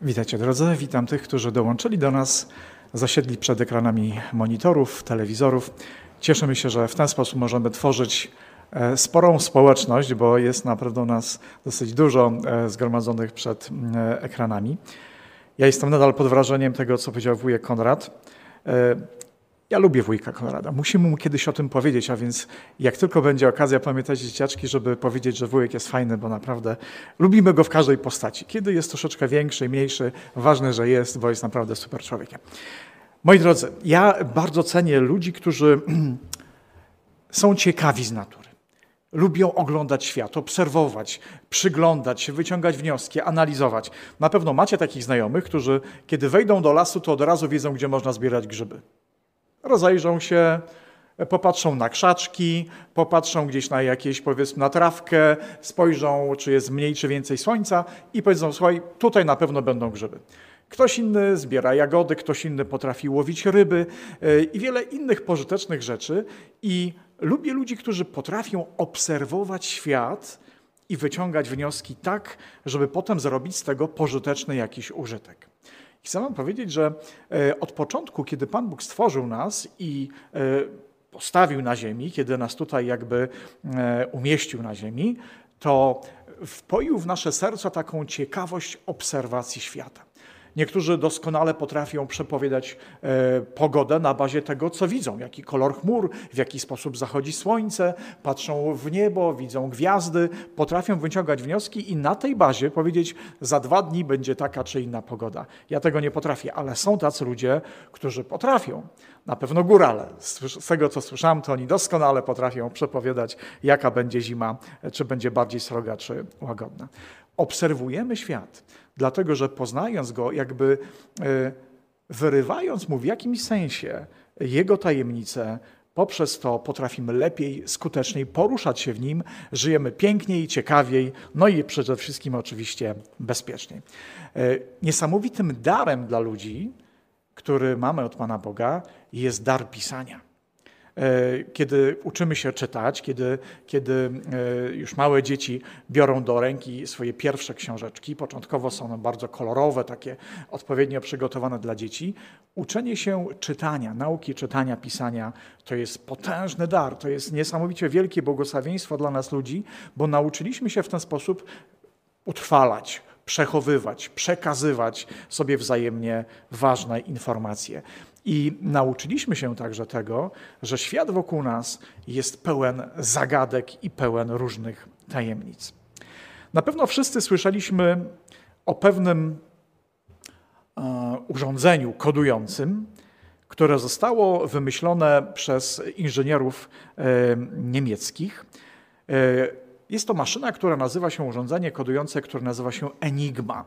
Witajcie drodzy, witam tych, którzy dołączyli do nas, zasiedli przed ekranami monitorów, telewizorów. Cieszymy się, że w ten sposób możemy tworzyć sporą społeczność, bo jest naprawdę nas dosyć dużo zgromadzonych przed ekranami. Ja jestem nadal pod wrażeniem tego, co powiedział wujek Konrad. Ja lubię wujka Konrada. Musimy mu kiedyś o tym powiedzieć, a więc jak tylko będzie okazja, pamiętajcie dzieciaczki, żeby powiedzieć, że wujek jest fajny, bo naprawdę lubimy go w każdej postaci. Kiedy jest troszeczkę większy, mniejszy, ważne, że jest, bo jest naprawdę super człowiekiem. Moi drodzy, ja bardzo cenię ludzi, którzy są ciekawi z natury. Lubią oglądać świat, obserwować, przyglądać się, wyciągać wnioski, analizować. Na pewno macie takich znajomych, którzy kiedy wejdą do lasu, to od razu wiedzą, gdzie można zbierać grzyby. Rozejrzą się, popatrzą na krzaczki, popatrzą gdzieś na jakieś, powiedzmy, na trawkę, spojrzą, czy jest mniej, czy więcej słońca i powiedzą, słuchaj, tutaj na pewno będą grzyby. Ktoś inny zbiera jagody, ktoś inny potrafi łowić ryby i wiele innych pożytecznych rzeczy. I lubię ludzi, którzy potrafią obserwować świat i wyciągać wnioski tak, żeby potem zrobić z tego pożyteczny jakiś użytek. Chcę wam powiedzieć, że od początku, kiedy Pan Bóg stworzył nas i postawił na ziemi, kiedy nas tutaj jakby umieścił na ziemi, to wpoił w nasze serca taką ciekawość obserwacji świata. Niektórzy doskonale potrafią przepowiadać pogodę na bazie tego, co widzą, jaki kolor chmur, w jaki sposób zachodzi słońce, patrzą w niebo, widzą gwiazdy, potrafią wyciągać wnioski i na tej bazie powiedzieć, za 2 dni będzie taka czy inna pogoda. Ja tego nie potrafię, ale są tacy ludzie, którzy potrafią. Na pewno górale. Z tego, co słyszałem, to oni doskonale potrafią przepowiadać, jaka będzie zima, czy będzie bardziej sroga, czy łagodna. Obserwujemy świat, dlatego że poznając go, jakby wyrywając mu w jakimś sensie jego tajemnice, poprzez to potrafimy lepiej, skuteczniej poruszać się w nim, żyjemy piękniej, ciekawiej, no i przede wszystkim oczywiście bezpieczniej. Niesamowitym darem dla ludzi, który mamy od Pana Boga, jest dar pisania. Kiedy uczymy się czytać, kiedy już małe dzieci biorą do ręki swoje pierwsze książeczki, początkowo są one bardzo kolorowe, takie odpowiednio przygotowane dla dzieci, uczenie się czytania, nauki czytania, pisania, to jest potężny dar, to jest niesamowicie wielkie błogosławieństwo dla nas ludzi, bo nauczyliśmy się w ten sposób utrwalać, przechowywać, przekazywać sobie wzajemnie ważne informacje. I nauczyliśmy się także tego, że świat wokół nas jest pełen zagadek i pełen różnych tajemnic. Na pewno wszyscy słyszeliśmy o pewnym urządzeniu kodującym, które zostało wymyślone przez inżynierów niemieckich. Jest to maszyna, która nazywa się, urządzenie kodujące, które nazywa się Enigma.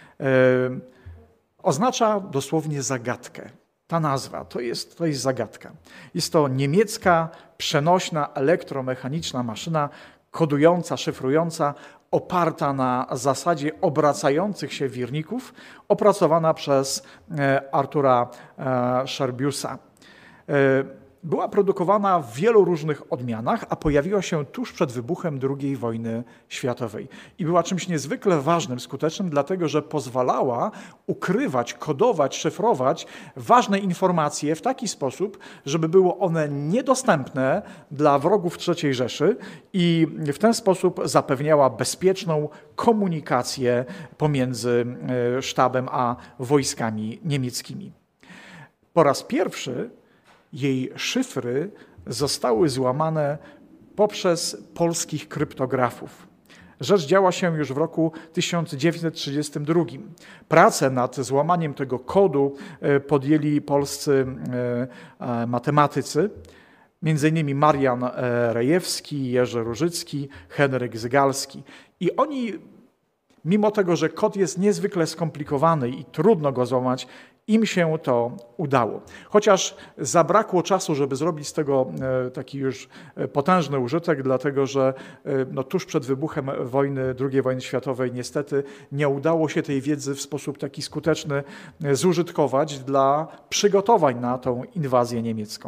Oznacza dosłownie zagadkę. Ta nazwa to jest zagadka. Jest to niemiecka, przenośna, elektromechaniczna maszyna kodująca, szyfrująca, oparta na zasadzie obracających się wirników, opracowana przez Artura Scherbiusa. Była produkowana w wielu różnych odmianach, a pojawiła się tuż przed wybuchem II wojny światowej. I była czymś niezwykle ważnym, skutecznym, dlatego że pozwalała ukrywać, kodować, szyfrować ważne informacje w taki sposób, żeby były one niedostępne dla wrogów III Rzeszy i w ten sposób zapewniała bezpieczną komunikację pomiędzy sztabem a wojskami niemieckimi. Po raz pierwszy jej szyfry zostały złamane poprzez polskich kryptografów. Rzecz działa się już w roku 1932. Pracę nad złamaniem tego kodu podjęli polscy matematycy, m.in. Marian Rejewski, Jerzy Różycki, Henryk Zygalski. I oni, mimo tego, że kod jest niezwykle skomplikowany i trudno go złamać, im się to udało. Chociaż zabrakło czasu, żeby zrobić z tego taki już potężny użytek, dlatego że tuż przed wybuchem II wojny światowej niestety nie udało się tej wiedzy w sposób taki skuteczny zużytkować dla przygotowań na tą inwazję niemiecką.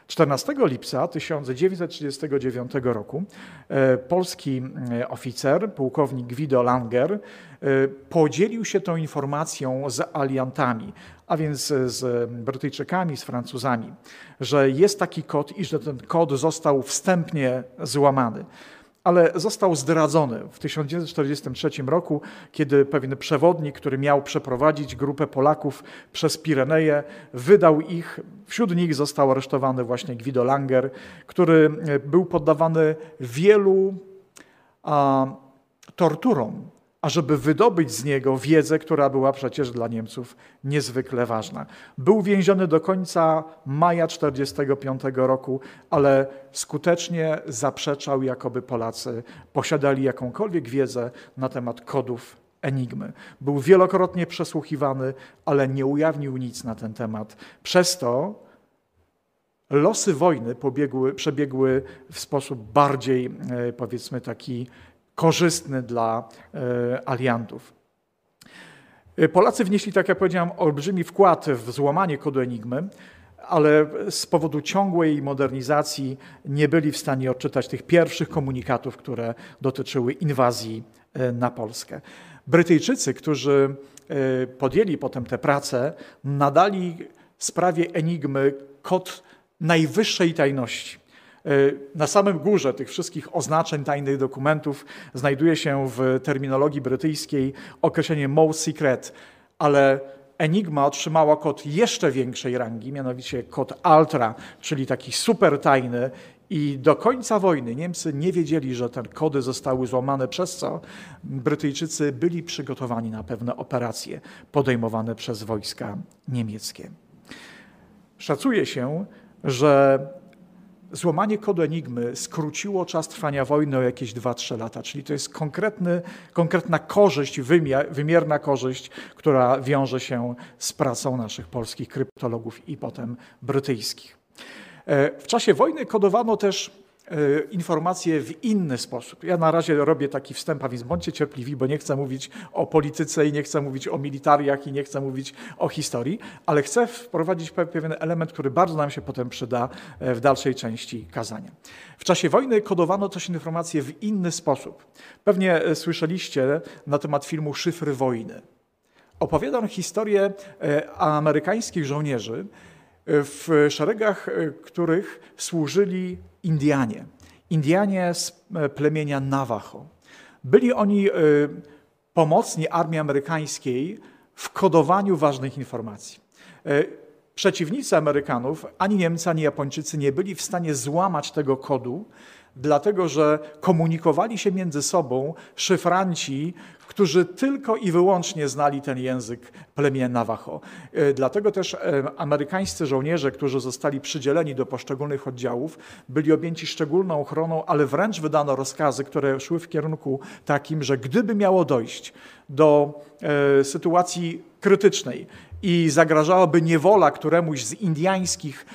14 lipca 1939 roku polski oficer, pułkownik Guido Langer, podzielił się tą informacją z aliantami, a więc z Brytyjczykami, z Francuzami, że jest taki kod i że ten kod został wstępnie złamany. Ale został zdradzony w 1943 roku, kiedy pewien przewodnik, który miał przeprowadzić grupę Polaków przez Pireneje, wydał ich. Wśród nich został aresztowany właśnie Guido Langer, który był poddawany wielu torturom, ażeby wydobyć z niego wiedzę, która była przecież dla Niemców niezwykle ważna. Był więziony do końca maja 1945 roku, ale skutecznie zaprzeczał, jakoby Polacy posiadali jakąkolwiek wiedzę na temat kodów Enigmy. Był wielokrotnie przesłuchiwany, ale nie ujawnił nic na ten temat. Przez to losy wojny przebiegły w sposób bardziej, powiedzmy, taki korzystny dla aliantów. Polacy wnieśli, tak jak powiedziałem, olbrzymi wkład w złamanie kodu Enigmy, ale z powodu ciągłej modernizacji nie byli w stanie odczytać tych pierwszych komunikatów, które dotyczyły inwazji na Polskę. Brytyjczycy, którzy podjęli potem tę pracę, nadali sprawie Enigmy kod najwyższej tajności. Na samym górze tych wszystkich oznaczeń tajnych dokumentów znajduje się w terminologii brytyjskiej określenie most secret, ale Enigma otrzymała kod jeszcze większej rangi, mianowicie kod ultra, czyli taki super tajny, i do końca wojny Niemcy nie wiedzieli, że te kody zostały złamane, przez co Brytyjczycy byli przygotowani na pewne operacje podejmowane przez wojska niemieckie. Szacuje się, że złamanie kodu Enigmy skróciło czas trwania wojny o jakieś 2-3 lata, czyli to jest konkretna korzyść, wymierna korzyść, która wiąże się z pracą naszych polskich kryptologów i potem brytyjskich. W czasie wojny kodowano też informacje w inny sposób. Ja na razie robię taki wstęp, a więc bądźcie cierpliwi, bo nie chcę mówić o polityce i nie chcę mówić o militariach i nie chcę mówić o historii, ale chcę wprowadzić pewien element, który bardzo nam się potem przyda w dalszej części kazania. W czasie wojny kodowano też informacje w inny sposób. Pewnie słyszeliście na temat filmu Szyfry wojny. Opowiadam historię amerykańskich żołnierzy, w szeregach których służyli Indianie z plemienia Navajo. Byli oni pomocni armii amerykańskiej w kodowaniu ważnych informacji. Przeciwnicy Amerykanów, ani Niemcy, ani Japończycy nie byli w stanie złamać tego kodu, dlatego że komunikowali się między sobą szyfranci, którzy tylko i wyłącznie znali ten język plemienia Navajo. Dlatego też amerykańscy żołnierze, którzy zostali przydzieleni do poszczególnych oddziałów, byli objęci szczególną ochroną, ale wręcz wydano rozkazy, które szły w kierunku takim, że gdyby miało dojść do sytuacji krytycznej i zagrażałaby niewola któremuś z indiańskich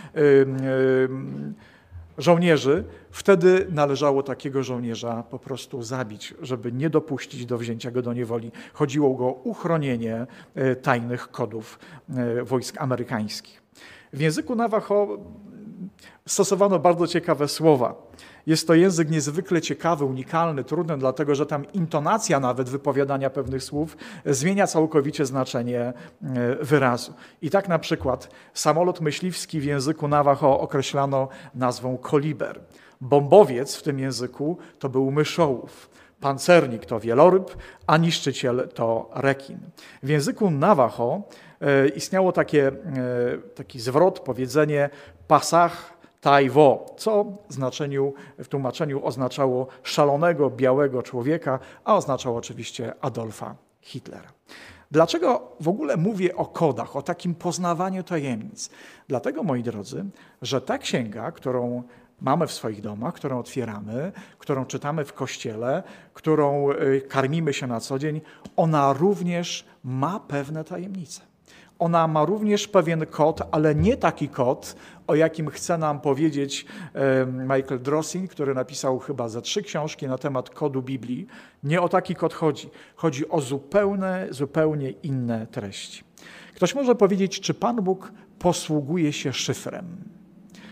żołnierzy, wtedy należało takiego żołnierza po prostu zabić, żeby nie dopuścić do wzięcia go do niewoli. Chodziło o uchronienie tajnych kodów wojsk amerykańskich. W języku Navajo stosowano bardzo ciekawe słowa. Jest to język niezwykle ciekawy, unikalny, trudny, dlatego że tam intonacja nawet wypowiadania pewnych słów zmienia całkowicie znaczenie wyrazu. I tak na przykład samolot myśliwski w języku Navajo określano nazwą koliber. Bombowiec w tym języku to był myszołów. Pancernik to wieloryb, a niszczyciel to rekin. W języku Navajo istniało taki zwrot, powiedzenie pasach Taiwo, co w tłumaczeniu oznaczało szalonego, białego człowieka, a oznaczało oczywiście Adolfa Hitlera. Dlaczego w ogóle mówię o kodach, o takim poznawaniu tajemnic? Dlatego, moi drodzy, że ta księga, którą mamy w swoich domach, którą otwieramy, którą czytamy w kościele, którą karmimy się na co dzień, ona również ma pewne tajemnice. Ona ma również pewien kod, ale nie taki kod, o jakim chce nam powiedzieć Michael Drossing, który napisał chyba ze 3 książki na temat kodu Biblii. Nie o taki kod chodzi. Chodzi o zupełnie inne treści. Ktoś może powiedzieć, czy Pan Bóg posługuje się szyfrem?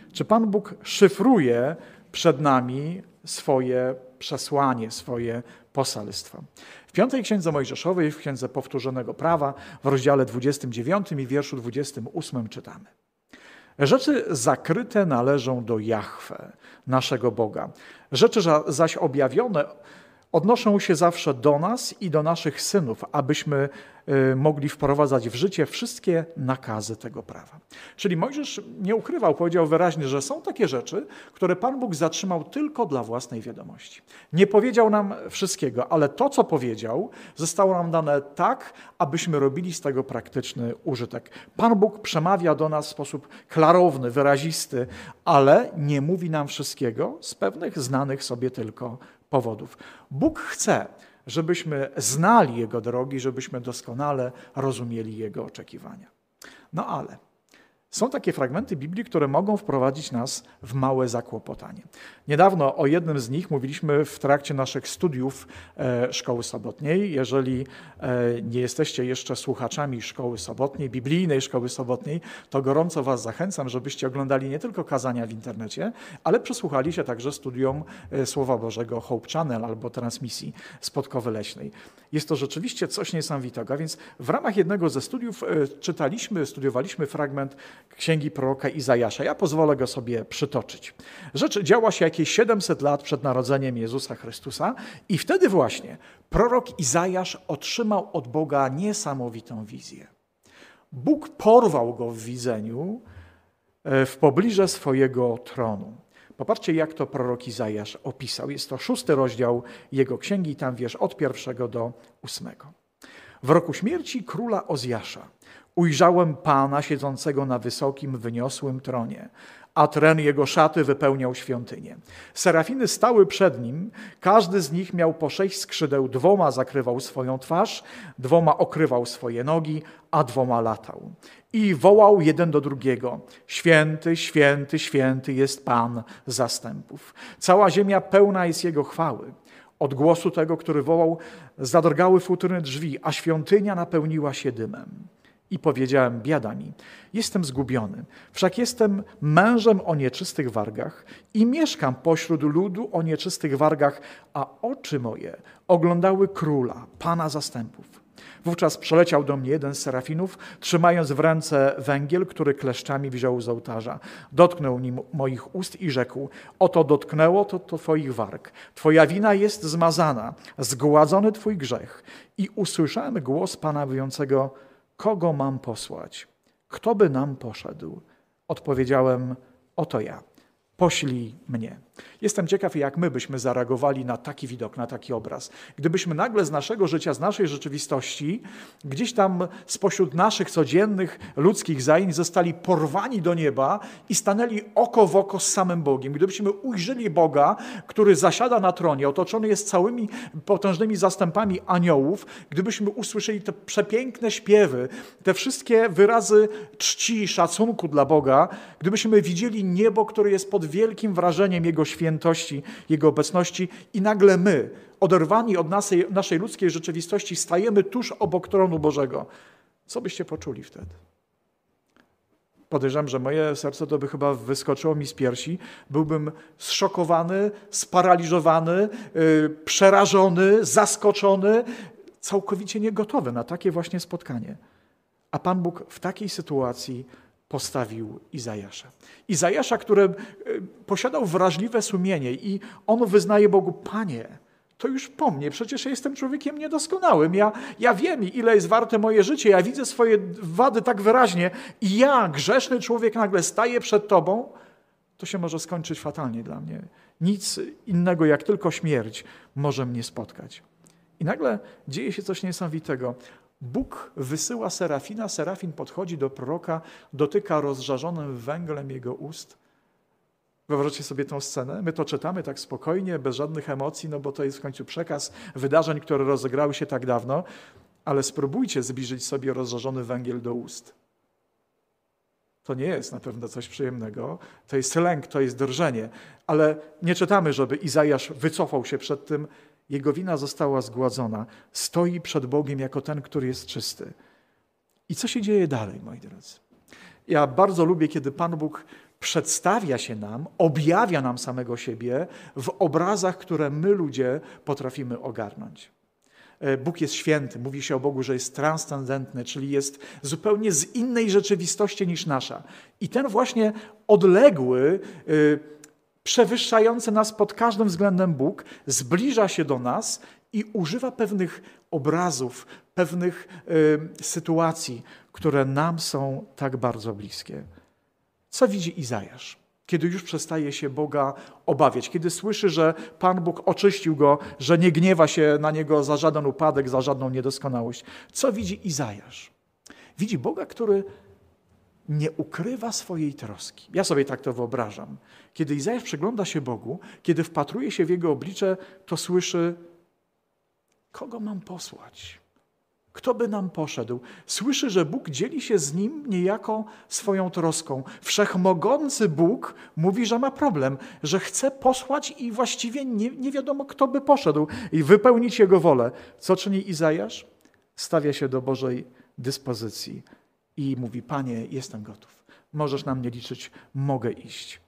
Czy Pan Bóg szyfruje przed nami swoje przesłanie, swoje poselstwo? W 5 Księdze Mojżeszowej, w Księdze Powtórzonego Prawa, w rozdziale 29 i wierszu 28 czytamy: Rzeczy zakryte należą do Jahwe, naszego Boga. Rzeczy zaś objawione odnoszą się zawsze do nas i do naszych synów, abyśmy mogli wprowadzać w życie wszystkie nakazy tego prawa. Czyli Mojżesz nie ukrywał, powiedział wyraźnie, że są takie rzeczy, które Pan Bóg zatrzymał tylko dla własnej wiadomości. Nie powiedział nam wszystkiego, ale to, co powiedział, zostało nam dane tak, abyśmy robili z tego praktyczny użytek. Pan Bóg przemawia do nas w sposób klarowny, wyrazisty, ale nie mówi nam wszystkiego z pewnych znanych sobie tylko powodów. Bóg chce, żebyśmy znali Jego drogi, żebyśmy doskonale rozumieli Jego oczekiwania. No ale są takie fragmenty Biblii, które mogą wprowadzić nas w małe zakłopotanie. Niedawno o jednym z nich mówiliśmy w trakcie naszych studiów Szkoły Sobotniej. Jeżeli nie jesteście jeszcze słuchaczami Szkoły Sobotniej, biblijnej Szkoły Sobotniej, to gorąco was zachęcam, żebyście oglądali nie tylko kazania w internecie, ale przysłuchali się także studiom Słowa Bożego Hope Channel albo transmisji z Podkowy Leśnej. Jest to rzeczywiście coś niesamowitego, więc w ramach jednego ze studiów studiowaliśmy fragment Księgi proroka Izajasza. Ja pozwolę go sobie przytoczyć. Rzecz działa się jakieś 700 lat przed narodzeniem Jezusa Chrystusa i wtedy właśnie prorok Izajasz otrzymał od Boga niesamowitą wizję. Bóg porwał go w widzeniu w pobliże swojego tronu. Popatrzcie, jak to prorok Izajasz opisał. Jest to 6 rozdział jego księgi, tam wiersz od 1 do 8. W roku śmierci króla Ozjasza ujrzałem Pana siedzącego na wysokim, wyniosłym tronie, a tren jego szaty wypełniał świątynię. Serafiny stały przed nim, każdy z nich miał po 6 skrzydeł, 2 zakrywał swoją twarz, 2 okrywał swoje nogi, a 2 latał. I wołał jeden do drugiego: Święty, święty, święty jest Pan zastępów. Cała ziemia pełna jest Jego chwały. Od głosu tego, który wołał, zadrgały futryny drzwi, a świątynia napełniła się dymem. I powiedziałem: biada mi, jestem zgubiony, wszak jestem mężem o nieczystych wargach i mieszkam pośród ludu o nieczystych wargach, a oczy moje oglądały Króla, Pana zastępów. Wówczas przeleciał do mnie jeden z serafinów, trzymając w ręce węgiel, który kleszczami wziął z ołtarza. Dotknął nim moich ust i rzekł: oto dotknęło to twoich warg. Twoja wina jest zmazana, zgładzony twój grzech. I usłyszałem głos Pana mówiącego: kogo mam posłać? Kto by nam poszedł? Odpowiedziałem: oto ja. Poślij mnie. Jestem ciekaw, jak my byśmy zareagowali na taki widok, na taki obraz. Gdybyśmy nagle z naszego życia, z naszej rzeczywistości, gdzieś tam spośród naszych codziennych ludzkich zajęć zostali porwani do nieba i stanęli oko w oko z samym Bogiem. Gdybyśmy ujrzeli Boga, który zasiada na tronie, otoczony jest całymi potężnymi zastępami aniołów, gdybyśmy usłyszeli te przepiękne śpiewy, te wszystkie wyrazy czci i szacunku dla Boga, gdybyśmy widzieli niebo, które jest pod wielkim wrażeniem Jego świętości, Jego obecności i nagle my, oderwani od naszej ludzkiej rzeczywistości, stajemy tuż obok tronu Bożego. Co byście poczuli wtedy? Podejrzewam, że moje serce to by chyba wyskoczyło mi z piersi. Byłbym zszokowany, sparaliżowany, przerażony, zaskoczony, całkowicie niegotowy na takie właśnie spotkanie. A Pan Bóg w takiej sytuacji postawił Izajasza. Izajasza, który posiadał wrażliwe sumienie i on wyznaje Bogu: Panie, to już po mnie, przecież ja jestem człowiekiem niedoskonałym, ja wiem, ile jest warte moje życie, ja widzę swoje wady tak wyraźnie i ja, grzeszny człowiek, nagle staję przed Tobą, to się może skończyć fatalnie dla mnie. Nic innego jak tylko śmierć może mnie spotkać. I nagle dzieje się coś niesamowitego. Bóg wysyła serafina, serafin podchodzi do proroka, dotyka rozżarzonym węglem jego ust. Wyobraźcie sobie tę scenę. My to czytamy tak spokojnie, bez żadnych emocji, no bo to jest w końcu przekaz wydarzeń, które rozegrały się tak dawno, ale spróbujcie zbliżyć sobie rozżarzony węgiel do ust. To nie jest na pewno coś przyjemnego, to jest lęk, to jest drżenie, ale nie czytamy, żeby Izajasz wycofał się przed tym. Jego wina została zgładzona. Stoi przed Bogiem jako ten, który jest czysty. I co się dzieje dalej, moi drodzy? Ja bardzo lubię, kiedy Pan Bóg przedstawia się nam, objawia nam samego siebie w obrazach, które my ludzie potrafimy ogarnąć. Bóg jest święty, mówi się o Bogu, że jest transcendentny, czyli jest zupełnie z innej rzeczywistości niż nasza. I ten właśnie odległy, przewyższający nas pod każdym względem Bóg zbliża się do nas i używa pewnych obrazów, pewnych sytuacji, które nam są tak bardzo bliskie. Co widzi Izajasz, kiedy już przestaje się Boga obawiać, kiedy słyszy, że Pan Bóg oczyścił go, że nie gniewa się na niego za żaden upadek, za żadną niedoskonałość? Co widzi Izajasz? Widzi Boga, który nie ukrywa swojej troski. Ja sobie tak to wyobrażam. Kiedy Izajasz przygląda się Bogu, kiedy wpatruje się w Jego oblicze, to słyszy: kogo mam posłać? Kto by nam poszedł? Słyszy, że Bóg dzieli się z nim niejako swoją troską. Wszechmogący Bóg mówi, że ma problem, że chce posłać i właściwie nie wiadomo, kto by poszedł i wypełnić Jego wolę. Co czyni Izajasz? Stawia się do Bożej dyspozycji i mówi: Panie, jestem gotów. Możesz na mnie liczyć, mogę iść.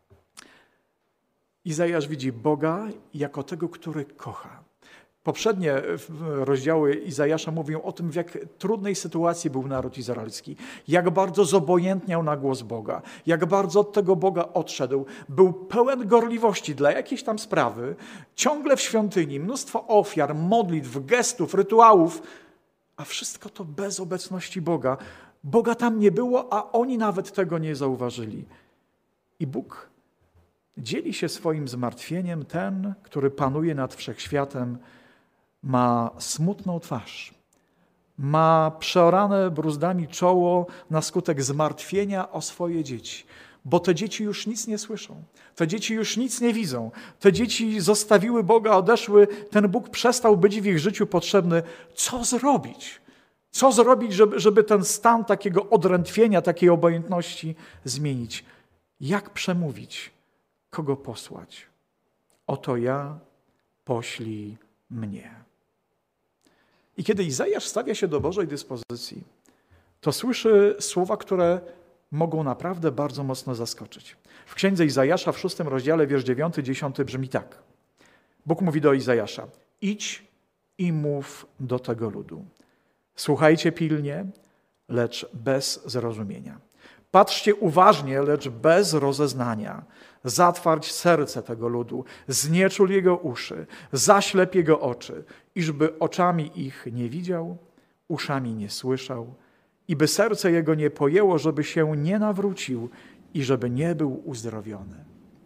Izajasz widzi Boga jako tego, który kocha. Poprzednie rozdziały Izajasza mówią o tym, w jak trudnej sytuacji był naród izraelski, jak bardzo zobojętniał na głos Boga, jak bardzo od tego Boga odszedł. Był pełen gorliwości dla jakiejś tam sprawy, ciągle w świątyni, mnóstwo ofiar, modlitw, gestów, rytuałów, a wszystko to bez obecności Boga. Boga tam nie było, a oni nawet tego nie zauważyli. I Bóg dzieli się swoim zmartwieniem. Ten, który panuje nad wszechświatem, ma smutną twarz, ma przeorane bruzdami czoło na skutek zmartwienia o swoje dzieci, bo te dzieci już nic nie słyszą, te dzieci już nic nie widzą, te dzieci zostawiły Boga, odeszły, ten Bóg przestał być w ich życiu potrzebny. Co zrobić? Co zrobić, żeby ten stan takiego odrętwienia, takiej obojętności zmienić? Jak przemówić? Kogo posłać? Oto ja, poślij mnie. I kiedy Izajasz stawia się do Bożej dyspozycji, to słyszy słowa, które mogą naprawdę bardzo mocno zaskoczyć. W księdze Izajasza w 6 rozdziale, wiersz 9-10 brzmi tak. Bóg mówi do Izajasza: idź i mów do tego ludu. Słuchajcie pilnie, lecz bez zrozumienia. Patrzcie uważnie, lecz bez rozeznania. Zatwarć serce tego ludu, znieczul jego uszy, zaślep jego oczy, iżby oczami ich nie widział, uszami nie słyszał, i by serce jego nie pojęło, żeby się nie nawrócił i żeby nie był uzdrowiony.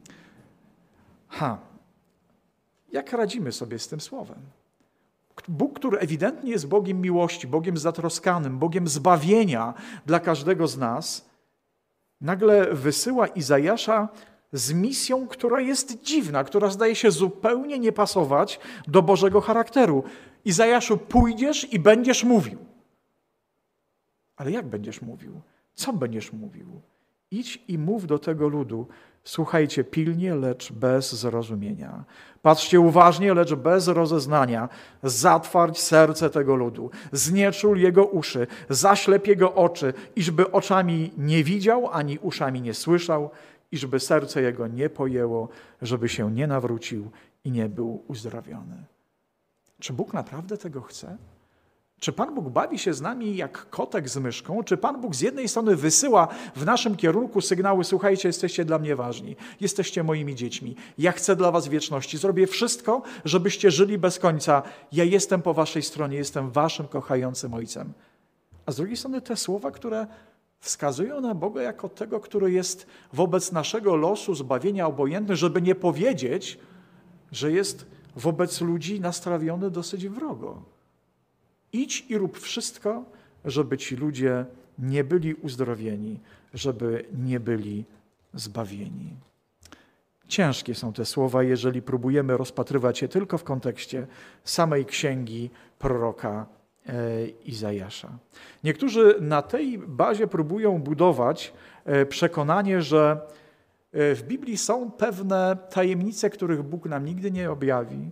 Jak radzimy sobie z tym słowem? Bóg, który ewidentnie jest Bogiem miłości, Bogiem zatroskanym, Bogiem zbawienia dla każdego z nas, nagle wysyła Izajasza z misją, która jest dziwna, która zdaje się zupełnie nie pasować do Bożego charakteru. Izajaszu, pójdziesz i będziesz mówił. Ale jak będziesz mówił? Co będziesz mówił? Idź i mów do tego ludu. Słuchajcie pilnie, lecz bez zrozumienia. Patrzcie uważnie, lecz bez rozeznania. Zatwarć serce tego ludu. Znieczul jego uszy. Zaślep jego oczy, iżby oczami nie widział, ani uszami nie słyszał, iżby serce jego nie pojęło, żeby się nie nawrócił i nie był uzdrowiony. Czy Bóg naprawdę tego chce? Czy Pan Bóg bawi się z nami jak kotek z myszką? Czy Pan Bóg z jednej strony wysyła w naszym kierunku sygnały: słuchajcie, jesteście dla mnie ważni, jesteście moimi dziećmi, ja chcę dla was wieczności, zrobię wszystko, żebyście żyli bez końca, ja jestem po waszej stronie, jestem waszym kochającym Ojcem. A z drugiej strony te słowa, które wskazują na Boga jako tego, który jest wobec naszego losu, zbawienia obojętny, żeby nie powiedzieć, że jest wobec ludzi nastawiony dosyć wrogo. Idź i rób wszystko, żeby ci ludzie nie byli uzdrowieni, żeby nie byli zbawieni. Ciężkie są te słowa, jeżeli próbujemy rozpatrywać je tylko w kontekście samej księgi proroka Izajasza. Niektórzy na tej bazie próbują budować przekonanie, że w Biblii są pewne tajemnice, których Bóg nam nigdy nie objawi,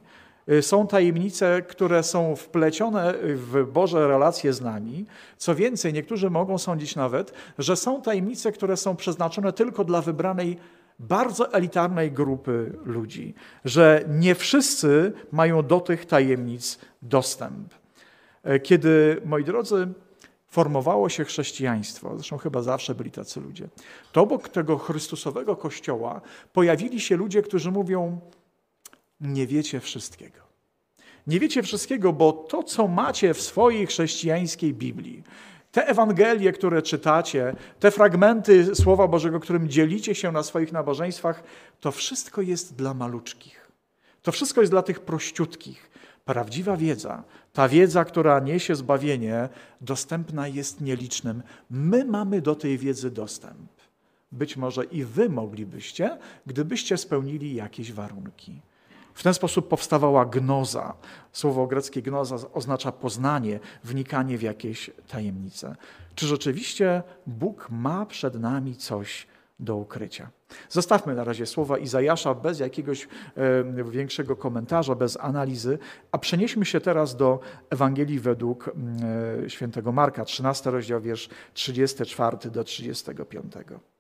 Są tajemnice, które są wplecione w Boże relacje z nami. Co więcej, niektórzy mogą sądzić nawet, że są tajemnice, które są przeznaczone tylko dla wybranej, bardzo elitarnej grupy ludzi, że nie wszyscy mają do tych tajemnic dostęp. Kiedy, moi drodzy, formowało się chrześcijaństwo, zresztą chyba zawsze byli tacy ludzie, to obok tego Chrystusowego Kościoła pojawili się ludzie, którzy mówią: nie wiecie wszystkiego. Nie wiecie wszystkiego, bo to, co macie w swojej chrześcijańskiej Biblii, te Ewangelie, które czytacie, te fragmenty Słowa Bożego, którym dzielicie się na swoich nabożeństwach, to wszystko jest dla maluczkich. To wszystko jest dla tych prościutkich. Prawdziwa wiedza, ta wiedza, która niesie zbawienie, dostępna jest nielicznym. My mamy do tej wiedzy dostęp. Być może i wy moglibyście, gdybyście spełnili jakieś warunki. W ten sposób powstawała gnoza. Słowo greckie gnoza oznacza poznanie, wnikanie w jakieś tajemnice. Czy rzeczywiście Bóg ma przed nami coś do ukrycia? Zostawmy na razie słowa Izajasza bez jakiegoś większego komentarza, bez analizy, a przenieśmy się teraz do Ewangelii według świętego Marka, 13 rozdział, wiersz 34 do 35.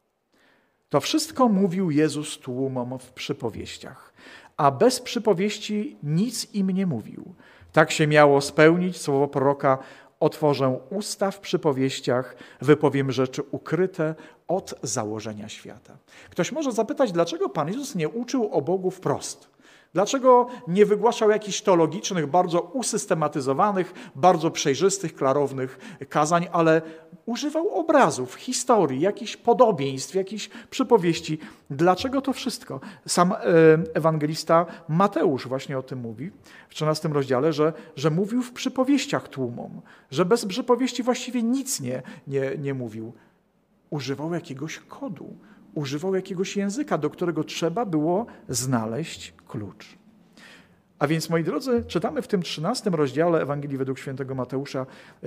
To wszystko mówił Jezus tłumom w przypowieściach, a bez przypowieści nic im nie mówił. Tak się miało spełnić słowo proroka: otworzę usta w przypowieściach, wypowiem rzeczy ukryte od założenia świata. Ktoś może zapytać, dlaczego Pan Jezus nie uczył o Bogu wprost? Dlaczego nie wygłaszał jakichś teologicznych, bardzo usystematyzowanych, bardzo przejrzystych, klarownych kazań, ale używał obrazów, historii, jakichś podobieństw, jakichś przypowieści. Dlaczego to wszystko? Sam ewangelista Mateusz właśnie o tym mówi w 13 rozdziale, że mówił w przypowieściach tłumom, że bez przypowieści właściwie nic nie mówił. Używał jakiegoś kodu, używał jakiegoś języka, do którego trzeba było znaleźć klucz. A więc, moi drodzy, czytamy w tym 13 rozdziale Ewangelii według świętego Mateusza,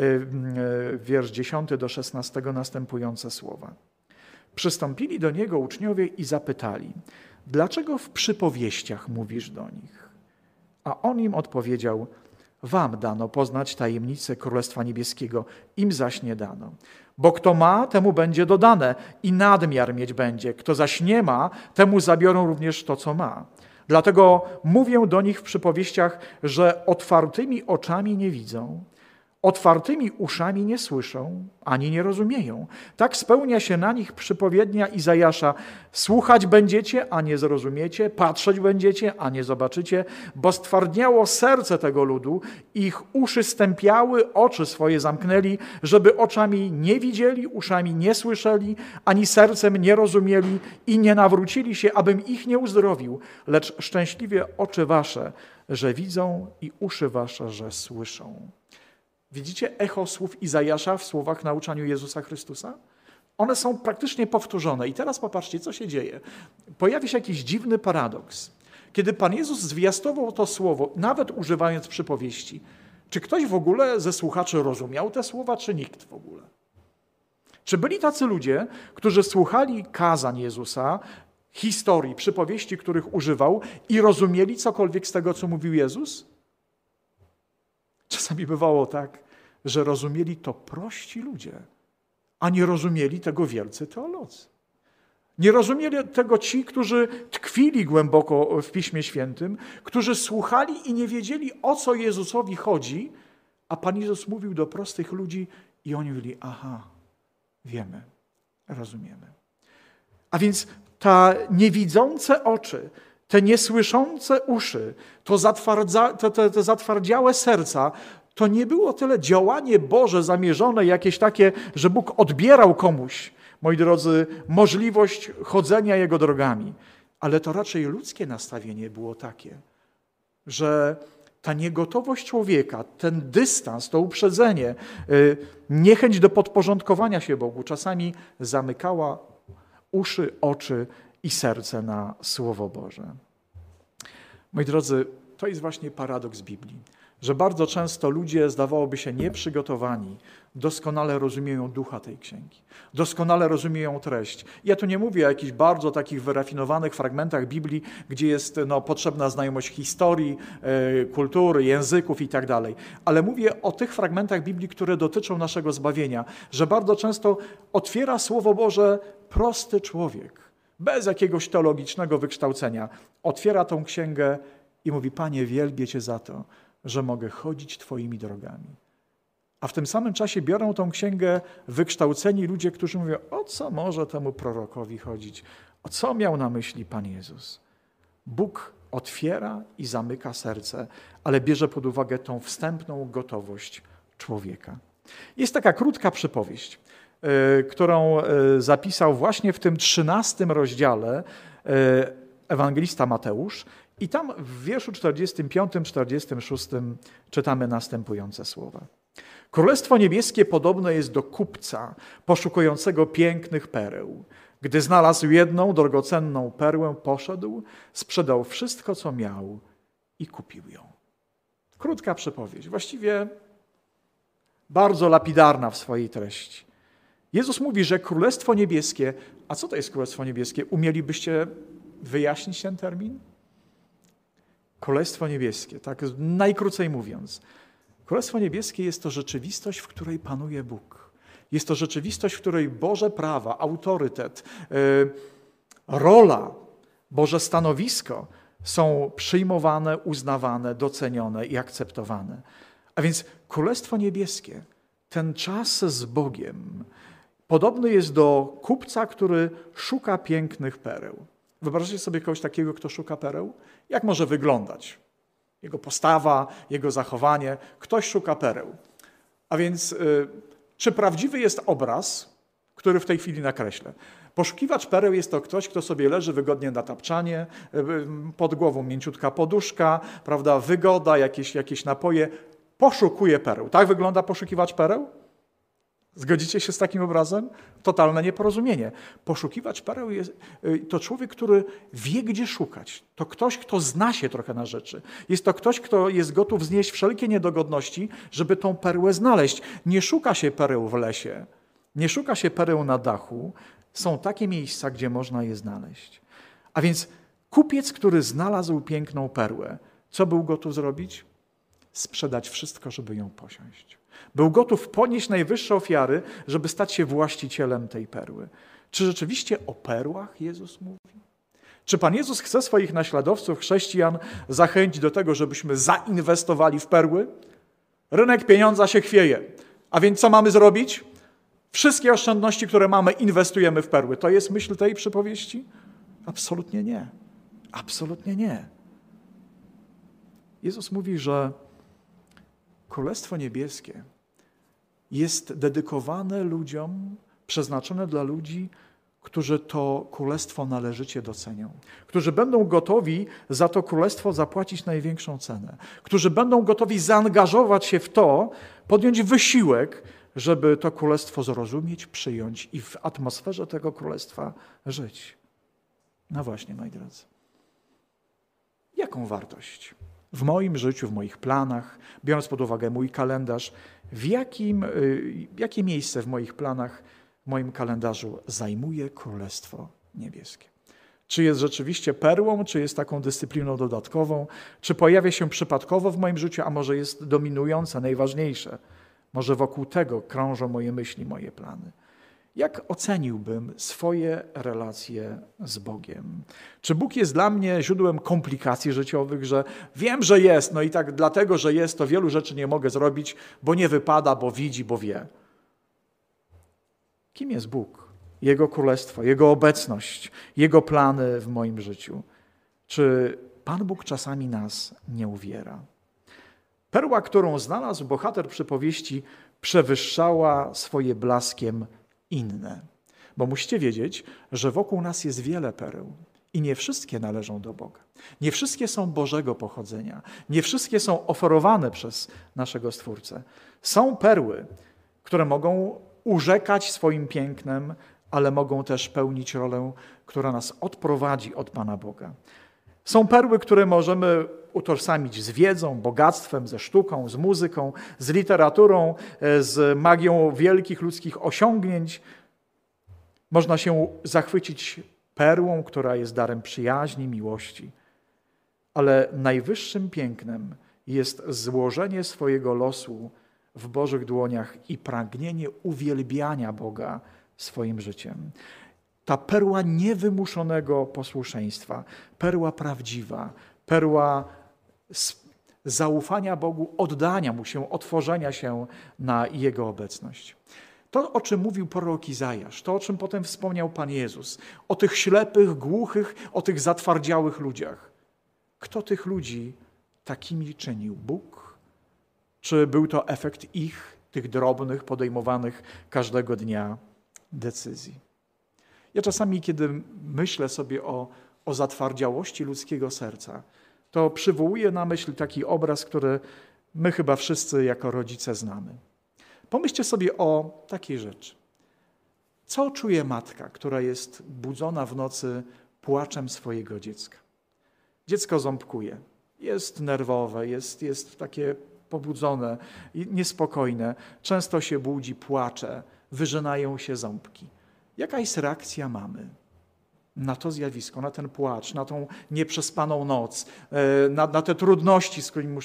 wiersz 10 do 16, następujące słowa. Przystąpili do niego uczniowie i zapytali: dlaczego w przypowieściach mówisz do nich? A on im odpowiedział: wam dano poznać tajemnicę Królestwa Niebieskiego, im zaś nie dano. Bo kto ma, temu będzie dodane i nadmiar mieć będzie. Kto zaś nie ma, temu zabiorą również to, co ma. Dlatego mówię do nich w przypowieściach, że otwartymi oczami nie widzą, otwartymi uszami nie słyszą, ani nie rozumieją. Tak spełnia się na nich przypowiednia Izajasza: słuchać będziecie, a nie zrozumiecie, patrzeć będziecie, a nie zobaczycie, bo stwardniało serce tego ludu, ich uszy stępiały, oczy swoje zamknęli, żeby oczami nie widzieli, uszami nie słyszeli, ani sercem nie rozumieli i nie nawrócili się, abym ich nie uzdrowił. Lecz szczęśliwie oczy wasze, że widzą, i uszy wasze, że słyszą. Widzicie echo słów Izajasza w słowach nauczaniu Jezusa Chrystusa? One są praktycznie powtórzone. I teraz popatrzcie, co się dzieje. Pojawia się jakiś dziwny paradoks. Kiedy Pan Jezus zwiastował to słowo, nawet używając przypowieści, czy ktoś w ogóle ze słuchaczy rozumiał te słowa, czy nikt w ogóle? Czy byli tacy ludzie, którzy słuchali kazań Jezusa, historii, przypowieści, których używał, i rozumieli cokolwiek z tego, co mówił Jezus? Czasami bywało tak, że rozumieli to prości ludzie, a nie rozumieli tego wielcy teolodzy. Nie rozumieli tego ci, którzy tkwili głęboko w Piśmie Świętym, którzy słuchali i nie wiedzieli, o co Jezusowi chodzi, a Pan Jezus mówił do prostych ludzi i oni mówili: aha, wiemy, rozumiemy. A więc te niewidzące oczy, te niesłyszące uszy, te zatwardziałe serca, to nie było tyle działanie Boże zamierzone, jakieś takie, że Bóg odbierał komuś, moi drodzy, możliwość chodzenia Jego drogami. Ale to raczej ludzkie nastawienie było takie, że ta niegotowość człowieka, ten dystans, to uprzedzenie, niechęć do podporządkowania się Bogu czasami zamykała uszy, oczy i serce na Słowo Boże. Moi drodzy, to jest właśnie paradoks Biblii, że bardzo często ludzie, zdawałoby się nieprzygotowani, doskonale rozumieją ducha tej księgi. Doskonale rozumieją treść. Ja tu nie mówię o jakichś bardzo takich wyrafinowanych fragmentach Biblii, gdzie jest potrzebna znajomość historii, kultury, języków i tak dalej. Ale mówię o tych fragmentach Biblii, które dotyczą naszego zbawienia, że bardzo często otwiera Słowo Boże prosty człowiek, bez jakiegoś teologicznego wykształcenia. Otwiera tą księgę i mówi: Panie, wielbię Cię za to, że mogę chodzić Twoimi drogami. A w tym samym czasie biorą tą księgę wykształceni ludzie, którzy mówią: o co może temu prorokowi chodzić? O co miał na myśli Pan Jezus? Bóg otwiera i zamyka serce, ale bierze pod uwagę tą wstępną gotowość człowieka. Jest taka krótka przypowieść, którą zapisał właśnie w tym 13 rozdziale ewangelista Mateusz. I tam w wierszu 45-46 czytamy następujące słowa. Królestwo niebieskie podobne jest do kupca poszukującego pięknych pereł. Gdy znalazł jedną drogocenną perłę, poszedł, sprzedał wszystko, co miał i kupił ją. Krótka przypowieść, właściwie bardzo lapidarna w swojej treści. Jezus mówi, że Królestwo Niebieskie, a co to jest Królestwo Niebieskie? Umielibyście wyjaśnić ten termin? Królestwo Niebieskie, tak najkrócej mówiąc. Królestwo Niebieskie jest to rzeczywistość, w której panuje Bóg. Jest to rzeczywistość, w której Boże prawa, autorytet, rola, Boże stanowisko są przyjmowane, uznawane, docenione i akceptowane. A więc Królestwo Niebieskie, ten czas z Bogiem, podobny jest do kupca, który szuka pięknych pereł. Wyobraźcie sobie kogoś takiego, kto szuka pereł? Jak może wyglądać? Jego postawa, jego zachowanie. Ktoś szuka pereł. A więc czy prawdziwy jest obraz, który w tej chwili nakreślę? Poszukiwacz pereł jest to ktoś, kto sobie leży wygodnie na tapczanie, pod głową mięciutka poduszka, prawda, wygoda, jakieś napoje. Poszukuje pereł. Tak wygląda poszukiwacz pereł? Zgodzicie się z takim obrazem? Totalne nieporozumienie. Poszukiwacz pereł to człowiek, który wie, gdzie szukać. To ktoś, kto zna się trochę na rzeczy. Jest to ktoś, kto jest gotów znieść wszelkie niedogodności, żeby tą perłę znaleźć. Nie szuka się pereł w lesie. Nie szuka się pereł na dachu. Są takie miejsca, gdzie można je znaleźć. A więc kupiec, który znalazł piękną perłę, co był gotów zrobić? Sprzedać wszystko, żeby ją posiąść. Był gotów ponieść najwyższe ofiary, żeby stać się właścicielem tej perły. Czy rzeczywiście o perłach Jezus mówi? Czy Pan Jezus chce swoich naśladowców, chrześcijan, zachęcić do tego, żebyśmy zainwestowali w perły? Rynek pieniądza się chwieje. A więc co mamy zrobić? Wszystkie oszczędności, które mamy, inwestujemy w perły. To jest myśl tej przypowieści? Absolutnie nie. Absolutnie nie. Jezus mówi, że Królestwo Niebieskie jest dedykowane ludziom, przeznaczone dla ludzi, którzy to królestwo należycie docenią, którzy będą gotowi za to królestwo zapłacić największą cenę, którzy będą gotowi zaangażować się w to, podjąć wysiłek, żeby to królestwo zrozumieć, przyjąć i w atmosferze tego królestwa żyć. No właśnie, moi drodzy. Jaką wartość w moim życiu, w moich planach, biorąc pod uwagę mój kalendarz, jakie miejsce w moich planach, w moim kalendarzu zajmuje Królestwo Niebieskie? Czy jest rzeczywiście perłą, czy jest taką dyscypliną dodatkową, czy pojawia się przypadkowo w moim życiu, a może jest dominujące, najważniejsze? Może wokół tego krążą moje myśli, moje plany. Jak oceniłbym swoje relacje z Bogiem? Czy Bóg jest dla mnie źródłem komplikacji życiowych, że wiem, że jest, no i tak dlatego, że jest, to wielu rzeczy nie mogę zrobić, bo nie wypada, bo widzi, bo wie. Kim jest Bóg? Jego Królestwo, Jego obecność, Jego plany w moim życiu. Czy Pan Bóg czasami nas nie uwiera? Perła, którą znalazł bohater przypowieści, przewyższała swoje blaskiem inne. Bo musicie wiedzieć, że wokół nas jest wiele pereł i nie wszystkie należą do Boga. Nie wszystkie są Bożego pochodzenia. Nie wszystkie są oferowane przez naszego Stwórcę. Są perły, które mogą urzekać swoim pięknem, ale mogą też pełnić rolę, która nas odprowadzi od Pana Boga. Są perły, które możemy utożsamić z wiedzą, bogactwem, ze sztuką, z muzyką, z literaturą, z magią wielkich ludzkich osiągnięć. Można się zachwycić perłą, która jest darem przyjaźni, miłości. Ale najwyższym pięknem jest złożenie swojego losu w Bożych dłoniach i pragnienie uwielbiania Boga swoim życiem. Ta perła niewymuszonego posłuszeństwa, perła prawdziwa, perła zaufania Bogu, oddania Mu się, otworzenia się na Jego obecność. To, o czym mówił prorok Izajasz, to, o czym potem wspomniał Pan Jezus, o tych ślepych, głuchych, o tych zatwardziałych ludziach. Kto tych ludzi takimi czynił? Bóg? Czy był to efekt ich, tych drobnych, podejmowanych każdego dnia decyzji? Ja czasami, kiedy myślę sobie o zatwardziałości ludzkiego serca, to przywołuję na myśl taki obraz, który my chyba wszyscy jako rodzice znamy. Pomyślcie sobie o takiej rzeczy. Co czuje matka, która jest budzona w nocy płaczem swojego dziecka? Dziecko ząbkuje, jest nerwowe, jest takie pobudzone, niespokojne, często się budzi, płacze, wyżynają się ząbki. Jaka jest reakcja mamy na to zjawisko, na ten płacz, na tą nieprzespaną noc, na te trudności, z którymi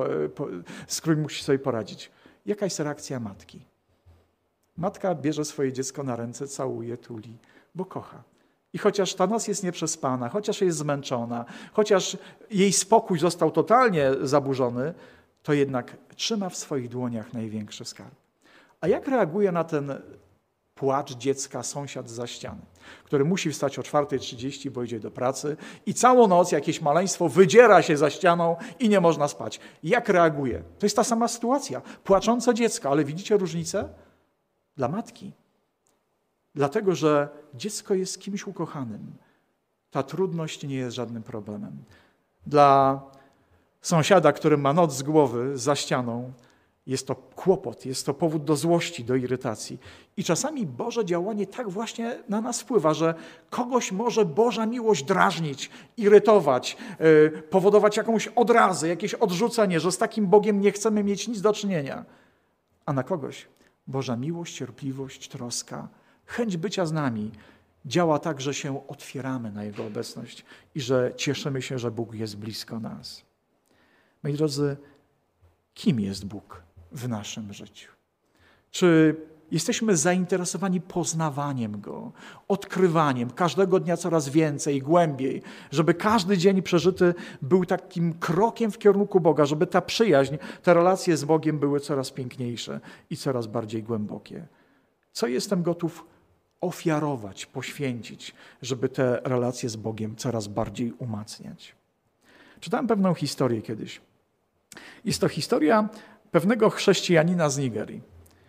musi sobie poradzić? Jaka jest reakcja matki? Matka bierze swoje dziecko na ręce, całuje, tuli, bo kocha. I chociaż ta noc jest nieprzespana, chociaż jest zmęczona, chociaż jej spokój został totalnie zaburzony, to jednak trzyma w swoich dłoniach największy skarb. A jak reaguje na ten płacz dziecka sąsiad zza ściany, który musi wstać o 4:30, bo idzie do pracy i całą noc jakieś maleństwo wydziera się za ścianą i nie można spać? Jak reaguje? To jest ta sama sytuacja. Płaczące dziecko, ale widzicie różnicę? Dla matki. Dlatego, że dziecko jest kimś ukochanym. Ta trudność nie jest żadnym problemem. Dla sąsiada, który ma noc z głowy za ścianą, jest to kłopot, jest to powód do złości, do irytacji. I czasami Boże działanie tak właśnie na nas wpływa, że kogoś może Boża miłość drażnić, irytować, powodować jakąś odrazę, jakieś odrzucenie, że z takim Bogiem nie chcemy mieć nic do czynienia. A na kogoś Boża miłość, cierpliwość, troska, chęć bycia z nami działa tak, że się otwieramy na Jego obecność i że cieszymy się, że Bóg jest blisko nas. Moi drodzy, kim jest Bóg w naszym życiu? Czy jesteśmy zainteresowani poznawaniem Go, odkrywaniem każdego dnia coraz więcej, głębiej, żeby każdy dzień przeżyty był takim krokiem w kierunku Boga, żeby ta przyjaźń, te relacje z Bogiem były coraz piękniejsze i coraz bardziej głębokie? Co jestem gotów ofiarować, poświęcić, żeby te relacje z Bogiem coraz bardziej umacniać? Czytałem pewną historię kiedyś. Jest to historia pewnego chrześcijanina z Nigerii.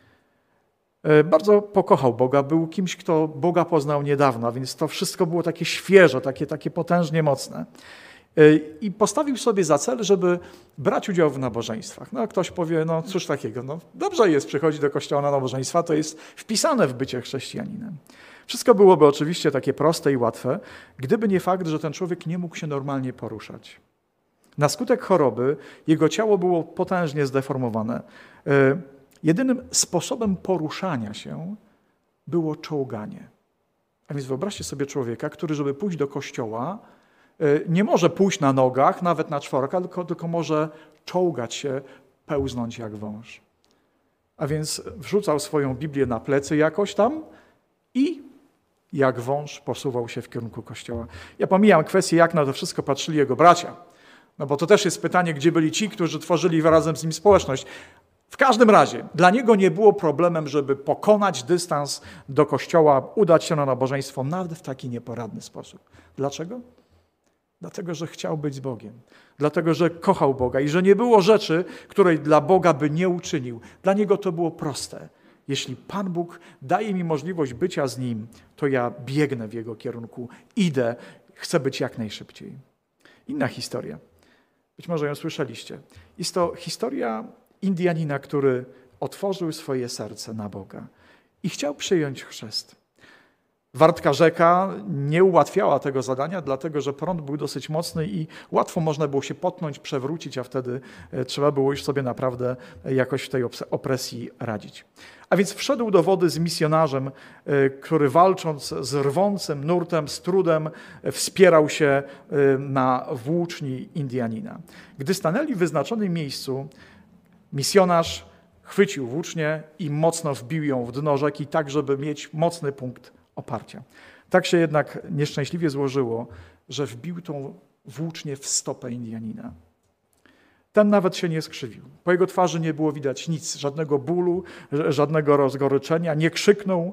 Bardzo pokochał Boga, był kimś, kto Boga poznał niedawno, więc to wszystko było takie świeże, takie potężnie mocne. I postawił sobie za cel, żeby brać udział w nabożeństwach. No ktoś powie, no cóż takiego, no dobrze jest przychodzić do kościoła na nabożeństwa, to jest wpisane w bycie chrześcijaninem. Wszystko byłoby oczywiście takie proste i łatwe, gdyby nie fakt, że ten człowiek nie mógł się normalnie poruszać. Na skutek choroby jego ciało było potężnie zdeformowane. Jedynym sposobem poruszania się było czołganie. A więc wyobraźcie sobie człowieka, który, żeby pójść do kościoła, nie może pójść na nogach, nawet na czworaka, tylko może czołgać się, pełznąć jak wąż. A więc wrzucał swoją Biblię na plecy jakoś tam i jak wąż posuwał się w kierunku kościoła. Ja pomijam kwestię, jak na to wszystko patrzyli jego bracia. No bo to też jest pytanie, gdzie byli ci, którzy tworzyli razem z nim społeczność. W każdym razie, dla niego nie było problemem, żeby pokonać dystans do kościoła, udać się na nabożeństwo, nawet w taki nieporadny sposób. Dlaczego? Dlatego, że chciał być z Bogiem. Dlatego, że kochał Boga i że nie było rzeczy, której dla Boga by nie uczynił. Dla niego to było proste. Jeśli Pan Bóg daje mi możliwość bycia z Nim, to ja biegnę w Jego kierunku, idę, chcę być jak najszybciej. Inna historia. Być może ją słyszeliście. Jest to historia Indianina, który otworzył swoje serce na Boga i chciał przyjąć chrzest. Wartka rzeka nie ułatwiała tego zadania, dlatego że prąd był dosyć mocny i łatwo można było się potknąć, przewrócić, a wtedy trzeba było już sobie naprawdę jakoś w tej opresji radzić. A więc wszedł do wody z misjonarzem, który walcząc z rwącym nurtem, z trudem wspierał się na włóczni Indianina. Gdy stanęli w wyznaczonym miejscu, misjonarz chwycił włócznię i mocno wbił ją w dno rzeki, tak żeby mieć mocny punkt oparcia. Tak się jednak nieszczęśliwie złożyło, że wbił tą włócznię w stopę Indianina. Ten nawet się nie skrzywił. Po jego twarzy nie było widać nic, żadnego bólu, żadnego rozgoryczenia, nie krzyknął,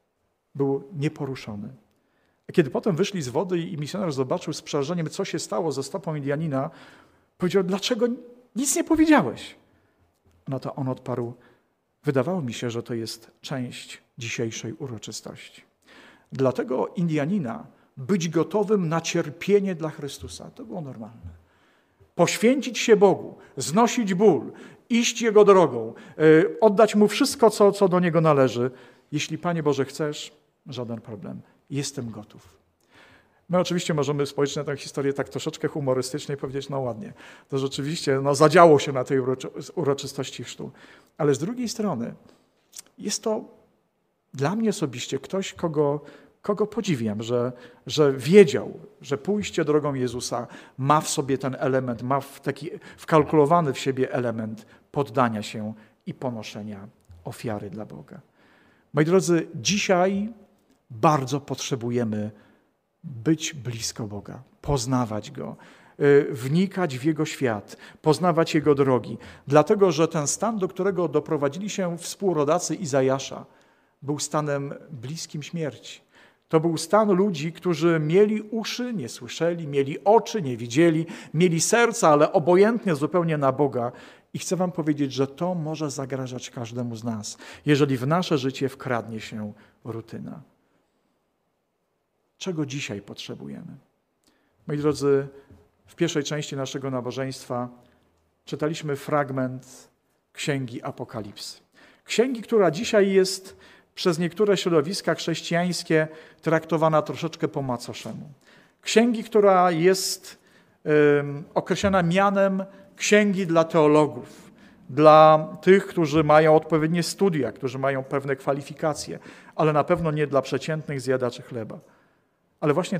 był nieporuszony. A kiedy potem wyszli z wody i misjonarz zobaczył z przerażeniem, co się stało ze stopą Indianina, powiedział, dlaczego nic nie powiedziałeś? No to on odparł, wydawało mi się, że to jest część dzisiejszej uroczystości. Dlatego Indianina być gotowym na cierpienie dla Chrystusa, to było normalne. Poświęcić się Bogu, znosić ból, iść Jego drogą, oddać Mu wszystko, co do Niego należy. Jeśli, Panie Boże, chcesz, żaden problem. Jestem gotów. My oczywiście możemy spojrzeć na tę historię tak troszeczkę humorystycznie i powiedzieć, no ładnie, to rzeczywiście zadziało się na tej uroczystości chrztu. Ale z drugiej strony jest to dla mnie osobiście ktoś, kogo podziwiam, że wiedział, że pójście drogą Jezusa ma w sobie ten element, ma taki wkalkulowany w siebie element poddania się i ponoszenia ofiary dla Boga. Moi drodzy, dzisiaj bardzo potrzebujemy być blisko Boga, poznawać Go, wnikać w Jego świat, poznawać Jego drogi. Dlatego, że ten stan, do którego doprowadzili się współrodacy Izajasza, był stanem bliskim śmierci. To był stan ludzi, którzy mieli uszy, nie słyszeli, mieli oczy, nie widzieli, mieli serca, ale obojętnie zupełnie na Boga. I chcę wam powiedzieć, że to może zagrażać każdemu z nas, jeżeli w nasze życie wkradnie się rutyna. Czego dzisiaj potrzebujemy? Moi drodzy, w pierwszej części naszego nabożeństwa czytaliśmy fragment Księgi Apokalipsy. Księgi, która dzisiaj jest przez niektóre środowiska chrześcijańskie traktowana troszeczkę po macoszemu. Księgi, która jest określana mianem księgi dla teologów, dla tych, którzy mają odpowiednie studia, którzy mają pewne kwalifikacje, ale na pewno nie dla przeciętnych zjadaczy chleba. Ale właśnie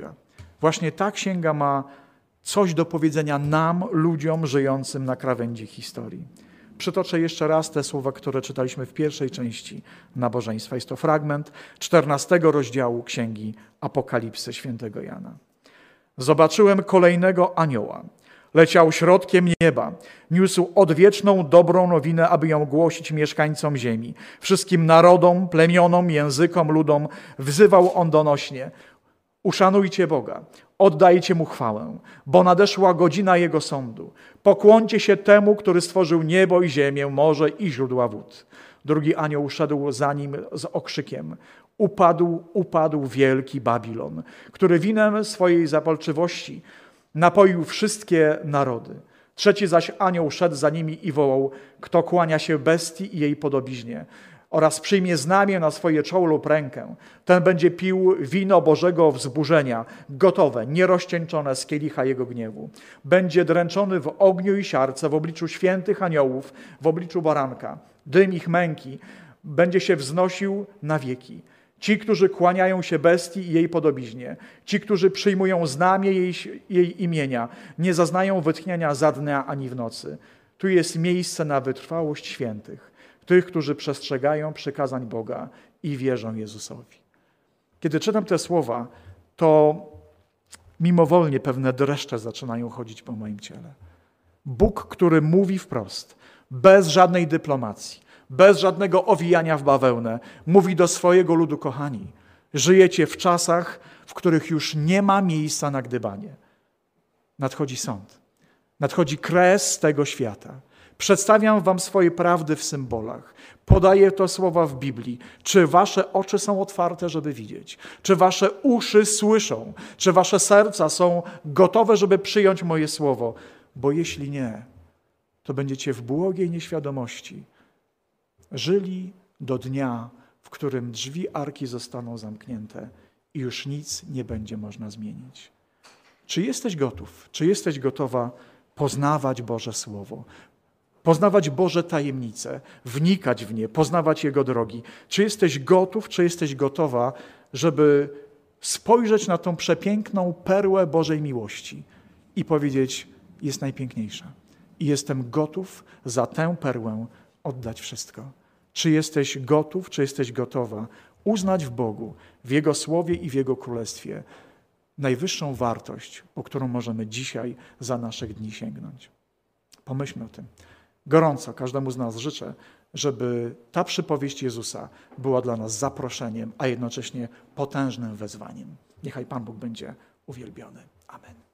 ta księga ma coś do powiedzenia nam, ludziom żyjącym na krawędzi historii. Przytoczę jeszcze raz te słowa, które czytaliśmy w pierwszej części nabożeństwa. Jest to fragment 14 rozdziału Księgi Apokalipsy świętego Jana. Zobaczyłem kolejnego anioła. Leciał środkiem nieba. Niósł odwieczną, dobrą nowinę, aby ją głosić mieszkańcom ziemi. Wszystkim narodom, plemionom, językom, ludom wzywał on donośnie. Uszanujcie Boga, oddajcie Mu chwałę, bo nadeszła godzina Jego sądu. Pokłońcie się temu, który stworzył niebo i ziemię, morze i źródła wód. Drugi anioł szedł za nim z okrzykiem. Upadł wielki Babilon, który winem swojej zapalczywości napoił wszystkie narody. Trzeci zaś anioł szedł za nimi i wołał, kto kłania się bestii i jej podobiznie oraz przyjmie znamię na swoje czoło lub rękę, ten będzie pił wino Bożego wzburzenia, gotowe, nierozcieńczone z kielicha Jego gniewu. Będzie dręczony w ogniu i siarce w obliczu świętych aniołów, w obliczu baranka. Dym ich męki będzie się wznosił na wieki. Ci, którzy kłaniają się bestii i jej podobiznie, ci, którzy przyjmują znamię jej imienia, nie zaznają wytchnienia za dnia ani w nocy. Tu jest miejsce na wytrwałość świętych, tych, którzy przestrzegają przykazań Boga i wierzą Jezusowi. Kiedy czytam te słowa, to mimowolnie pewne dreszcze zaczynają chodzić po moim ciele. Bóg, który mówi wprost, bez żadnej dyplomacji, bez żadnego owijania w bawełnę, mówi do swojego ludu, kochani, żyjecie w czasach, w których już nie ma miejsca na gdybanie. Nadchodzi sąd, nadchodzi kres tego świata. Przedstawiam wam swoje prawdy w symbolach. Podaję to słowa w Biblii. Czy wasze oczy są otwarte, żeby widzieć? Czy wasze uszy słyszą? Czy wasze serca są gotowe, żeby przyjąć moje słowo? Bo jeśli nie, to będziecie w błogiej nieświadomości żyli do dnia, w którym drzwi arki zostaną zamknięte i już nic nie będzie można zmienić. Czy jesteś gotów? Czy jesteś gotowa poznawać Boże Słowo? Poznawać Boże tajemnice, wnikać w nie, poznawać Jego drogi. Czy jesteś gotów, czy jesteś gotowa, żeby spojrzeć na tą przepiękną perłę Bożej miłości i powiedzieć, jest najpiękniejsza. I jestem gotów za tę perłę oddać wszystko. Czy jesteś gotów, czy jesteś gotowa uznać w Bogu, w Jego Słowie i w Jego Królestwie najwyższą wartość, po którą możemy dzisiaj za naszych dni sięgnąć? Pomyślmy o tym. Gorąco każdemu z nas życzę, żeby ta przypowieść Jezusa była dla nas zaproszeniem, a jednocześnie potężnym wezwaniem. Niechaj Pan Bóg będzie uwielbiony. Amen.